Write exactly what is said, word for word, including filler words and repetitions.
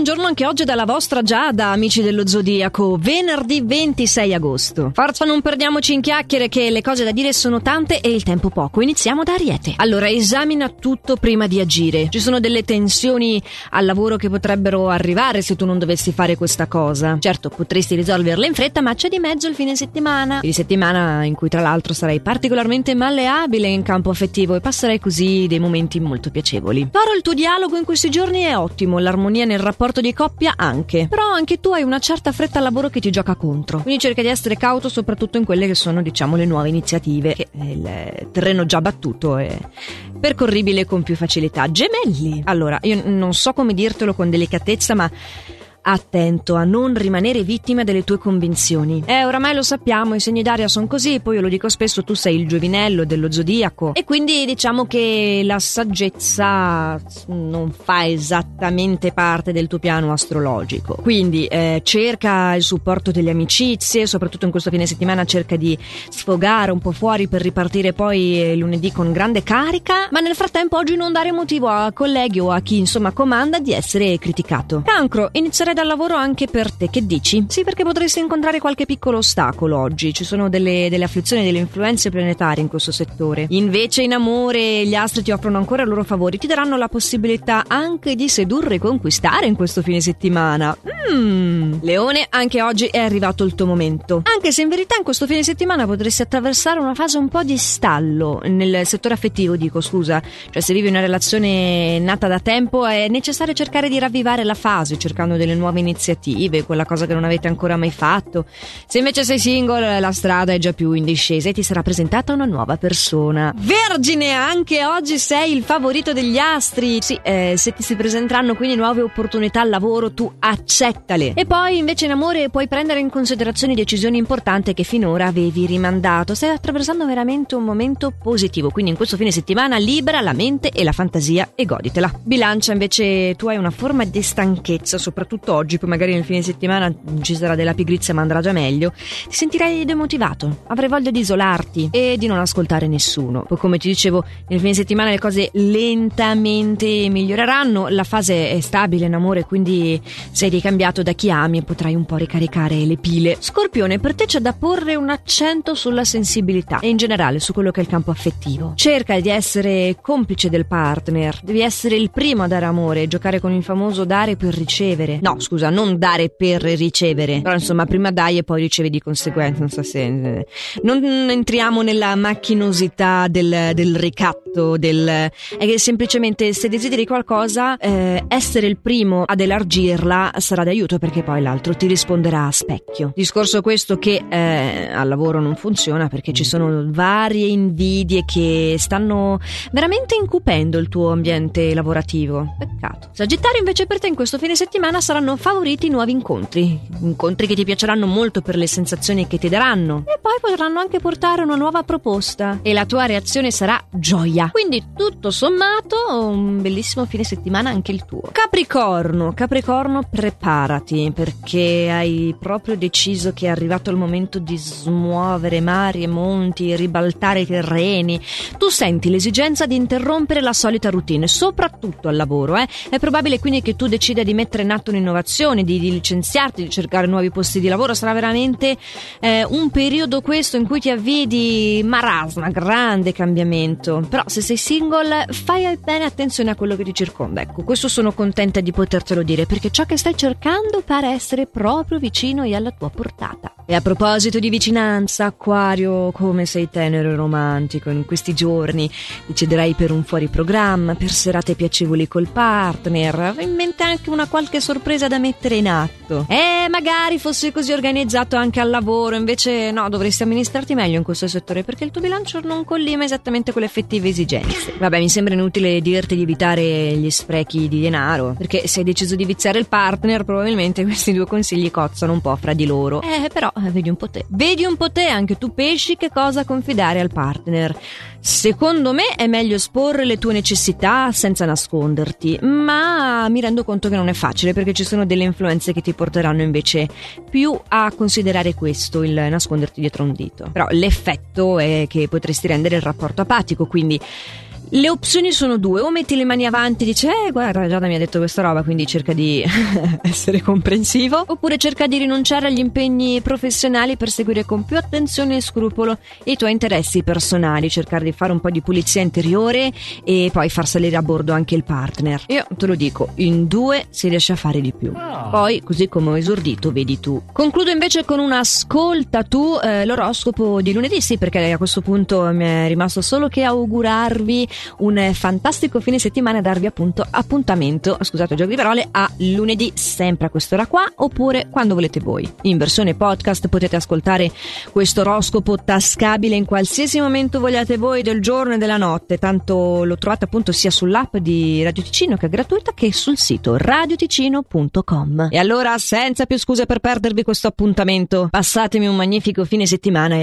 buongiorno anche oggi dalla vostra Giada, amici dello Zodiaco. Venerdì ventisei agosto. Forza, non perdiamoci in chiacchiere che le cose da dire sono tante e il tempo poco. Iniziamo da Ariete. Allora, esamina tutto prima di agire. Ci sono delle tensioni al lavoro che potrebbero arrivare se tu non dovessi fare questa cosa. Certo, potresti risolverle in fretta, ma c'è di mezzo il fine settimana. Di settimana in cui tra l'altro sarai particolarmente malleabile in campo affettivo e passerai così dei momenti molto piacevoli. Toro, il tuo dialogo in questi giorni è ottimo, l'armonia nel rapporto di coppia anche. Però anche tu hai una certa fretta al lavoro che ti gioca contro. Quindi cerca di essere cauto soprattutto in quelle che sono, diciamo, le nuove iniziative, che è il terreno già battuto è percorribile con più facilità. Gemelli. Allora, io non so come dirtelo con delicatezza, ma attento a non rimanere vittima delle tue convinzioni. Eh, oramai lo sappiamo, i segni d'aria sono così, poi io lo dico spesso, tu sei il giovinello dello zodiaco e quindi diciamo che la saggezza non fa esattamente parte del tuo piano astrologico. Quindi eh, cerca il supporto delle amicizie, soprattutto in questo fine settimana cerca di sfogare un po' fuori per ripartire poi eh, lunedì con grande carica, ma nel frattempo oggi non dare motivo a colleghi o a chi insomma comanda di essere criticato. Cancro, inizierei dal lavoro anche per te, che dici? Sì, perché potresti incontrare qualche piccolo ostacolo oggi, ci sono delle, delle afflizioni, delle influenze planetarie in questo settore. Invece in amore gli astri ti offrono ancora i loro favori, ti daranno la possibilità anche di sedurre e conquistare in questo fine settimana. Mm. Leone, anche oggi è arrivato il tuo momento, anche se in verità in questo fine settimana potresti attraversare una fase un po' di stallo nel settore affettivo, dico scusa, cioè se vivi una relazione nata da tempo è necessario cercare di ravvivare la fase cercando delle nuove iniziative, quella cosa che non avete ancora mai fatto. Se invece sei single, la strada è già più in discesa e ti sarà presentata una nuova persona. Vergine, anche oggi sei il favorito degli astri. Sì, eh, se ti si presenteranno quindi nuove opportunità al lavoro, tu accettale. E poi invece in amore puoi prendere in considerazione decisioni importanti che finora avevi rimandato. Stai attraversando veramente un momento positivo, quindi in questo fine settimana libera la mente e la fantasia e goditela. Bilancia, invece tu hai una forma di stanchezza, soprattutto oggi, poi magari nel fine settimana ci sarà della pigrizia ma andrà già meglio. Ti sentirai demotivato, avrai voglia di isolarti e di non ascoltare nessuno. Poi come ti dicevo, nel fine settimana le cose lentamente miglioreranno, la fase è stabile in amore, quindi sei ricambiato da chi ami e potrai un po' ricaricare le pile. Scorpione, per te c'è da porre un accento sulla sensibilità e in generale su quello che è il campo affettivo. Cerca di essere complice del partner, devi essere il primo a dare amore, giocare con il famoso dare per ricevere. No, scusa, non dare per ricevere, però insomma prima dai e poi ricevi di conseguenza. Non so se non entriamo nella macchinosità del, del ricatto, del è che semplicemente se desideri qualcosa eh, essere il primo ad elargirla sarà d'aiuto, perché poi l'altro ti risponderà a specchio. Discorso questo che eh, al lavoro non funziona perché ci sono varie invidie che stanno veramente incupendo il tuo ambiente lavorativo. Peccato. Sagittario, invece per te in questo fine settimana saranno favoriti nuovi incontri, incontri che ti piaceranno molto per le sensazioni che ti daranno e poi potranno anche portare una nuova proposta e la tua reazione sarà gioia. Quindi tutto sommato un bellissimo fine settimana anche il tuo. Capricorno, Capricorno preparati, perché hai proprio deciso che è arrivato il momento di smuovere mari e monti, ribaltare i terreni. Tu senti l'esigenza di interrompere la solita routine, soprattutto al lavoro, eh? È probabile quindi che tu decida di mettere in atto un'innovazione, di, di licenziarti, di cercare nuovi posti di lavoro. Sarà veramente eh, un periodo questo in cui ti avvii di marasma, grande cambiamento. Però se sei single fai bene attenzione a quello che ti circonda. Ecco, questo sono contenta di potertelo dire, perché ciò che stai cercando pare essere proprio vicino e alla tua portata. E a proposito di vicinanza, Acquario, come sei tenero e romantico in questi giorni. Ti cederai per un fuori programma, per serate piacevoli col partner. Avrai in mente anche una qualche sorpresa da mettere in atto. Eh, magari fosse così organizzato anche al lavoro, invece no, dovresti amministrarti meglio in questo settore, perché il tuo bilancio non collima esattamente con le effettive esigenze. Vabbè, mi sembra inutile dirti di evitare gli sprechi di denaro, perché se hai deciso di viziare il partner, probabilmente questi due consigli cozzano un po' fra di loro. Eh, però vedi un po' te. Vedi un po' te, anche tu pesci, che cosa confidare al partner. Secondo me è meglio esporre le tue necessità senza nasconderti, ma mi rendo conto che non è facile, perché ci sono delle influenze che ti porteranno invece più a considerare questo, il nasconderti dietro un dito. Però l'effetto è che potresti rendere il rapporto apatico, quindi Le opzioni sono due: o metti le mani avanti e dici eh guarda Giada mi ha detto questa roba, quindi cerca di essere comprensivo, oppure cerca di rinunciare agli impegni professionali per seguire con più attenzione e scrupolo i tuoi interessi personali, cercare di fare un po' di pulizia interiore e poi far salire a bordo anche il partner. Io te lo dico, in due si riesce a fare di più. Poi, così come ho esordito, vedi tu. Concludo invece con un ascolta tu eh, l'oroscopo di lunedì, sì, perché a questo punto mi è rimasto solo che augurarvi un fantastico fine settimana e darvi appunto appuntamento, scusate il gioco di parole, a lunedì sempre a quest'ora qua, oppure quando volete voi. In versione podcast potete ascoltare questo oroscopo tascabile in qualsiasi momento vogliate voi del giorno e della notte, tanto lo trovate appunto sia sull'app di Radio Ticino, che è gratuita, che sul sito radio ticino punto com. E allora, senza più scuse per perdervi questo appuntamento, passatemi un magnifico fine settimana.